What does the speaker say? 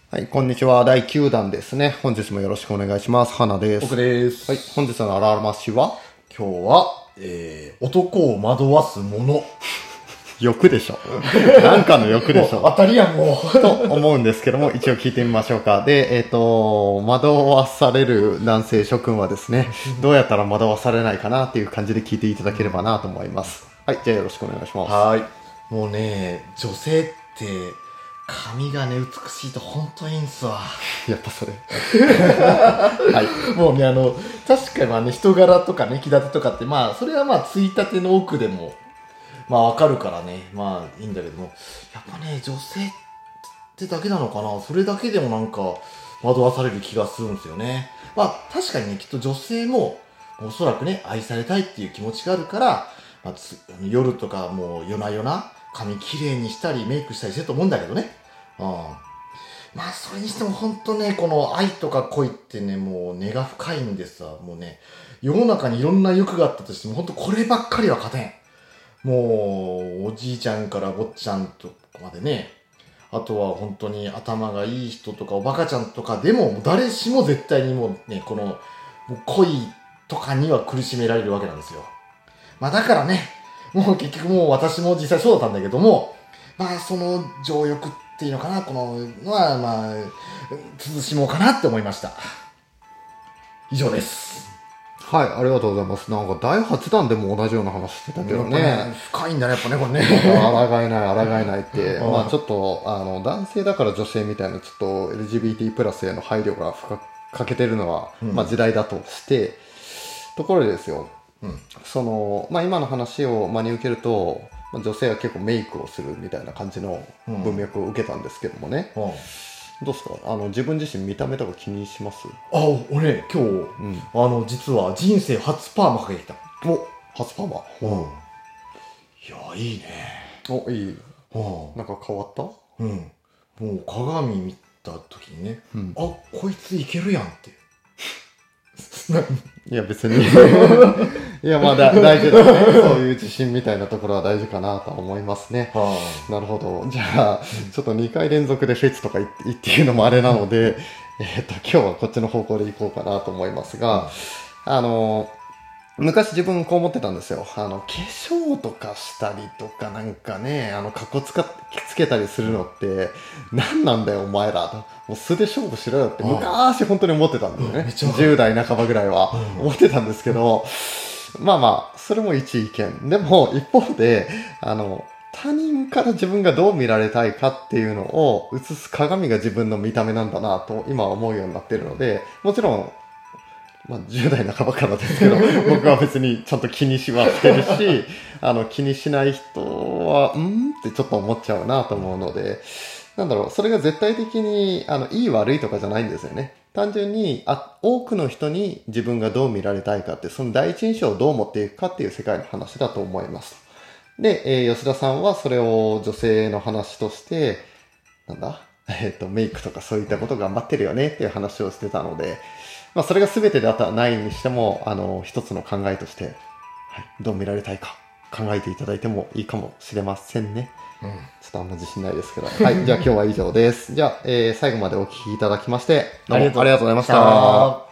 はい、こんにちは。第9弾ですね。本日もよろしくお願いします。花です。 僕です。 はい、本日のあらましは今日は、男を惑わすもの。 欲でしょ。なんかの欲でしょ。 当たりやん、もう。 と思うんですけども、一応聞いてみましょうか。で、惑わされる男性諸君はですね、どうやったら惑わされないかなっていう感じで聞いていただければなと思います。はい、じゃあよろしくお願いします。 はい。もうね、女性って、髪がね、美しいと本当いいんすわ。 やっぱそれ。はい。もうね、確かにまあね、人柄とかね、気立てとかって、まあ、それはまあ、ついたての奥でも、まあ、わかるからね、まあ、いいんだけども、やっぱね、女性ってだけなのかな、それだけでもなんか、惑わされる気がするんですよね。まあ、確かにね、きっと女性も、おそらくね、愛されたいっていう気持ちがあるから、まあ、夜とかもう夜な夜な髪きれいにしたりメイクしたりしてると思うんだけどね。まあ、それにしても本当ね、この愛とか恋ってね、もう根が深いんでさ、もうね、世の中にいろんな欲があったとしても、本当こればっかりは勝てん。もう、おじいちゃんから坊ちゃんとかまでね、あとは本当に頭がいい人とかおバカちゃんとかでも、誰しも絶対にもうね、この、もう恋とかには苦しめられるわけなんですよ。まあだからね、もう結局もう私も実際そうだったんだけども、まあその情欲っていうのかな、こののはまあ、慎もうかなって思いました。以上です。 はい、ありがとうございます。なんか第8弾でも同じような話してたけどね。 深いんだね、やっぱね、これね。 抗えない、抗えないって。まあちょっと、男性だから女性みたいな、ちょっと LGBT プラスへの配慮が欠けてるのは、まあ時代だとして、ところでですよ、まあ今の話を真に受けると、女性は結構メイクをするみたいな感じの文脈を受けたんですけどもね。どうですか自分自身見た目とか気にします？ 俺、今日、実は人生初パーマかけてきた。 お、初パーマ。 いや、いいね。 お、いい。なんか変わった？ もう鏡見た時にね、こいついけるやんって。 いや別にいやまあ大事だね。そういう自信みたいなところは大事かなと思いますね。なるほど。じゃあ、ちょっと2回連続でフェチとか言っていうのもあれなので、今日はこっちの方向で行こうかなと思いますが、昔自分こう思ってたんですよ。化粧とかしたりとかなんかね、かっこつけたりするのって、何なんだよお前らと。もう素で勝負しろよって昔本当に思ってたんだよね。10代半ばぐらいは思ってたんですけど、まあまあ、それも一意見。でも一方で、他人から自分がどう見られたいかっていうのを映す鏡が自分の見た目なんだなと今は思うようになっているので、もちろん、まあ、10代半ばからですけど、僕は別にちゃんと気にしはしてるし、気にしない人は、ってちょっと思っちゃうなと思うので、なんだろう、それが絶対的に、いい悪いとかじゃないんですよね。単純に、多くの人に自分がどう見られたいかって、その第一印象をどう持っていくかっていう世界の話だと思います。で、吉田さんはそれを女性の話として、なんだメイクとかそういったこと頑張ってるよねっていう話をしてたので、まあそれが全てではないにしても、一つの考えとして、はい、どう見られたいか考えていただいてもいいかもしれませんね。ちょっとあんま自信ないですけど。はい。じゃあ今日は以上です。じゃあ、最後までお聞きいただきまして、どうもありがとうございました。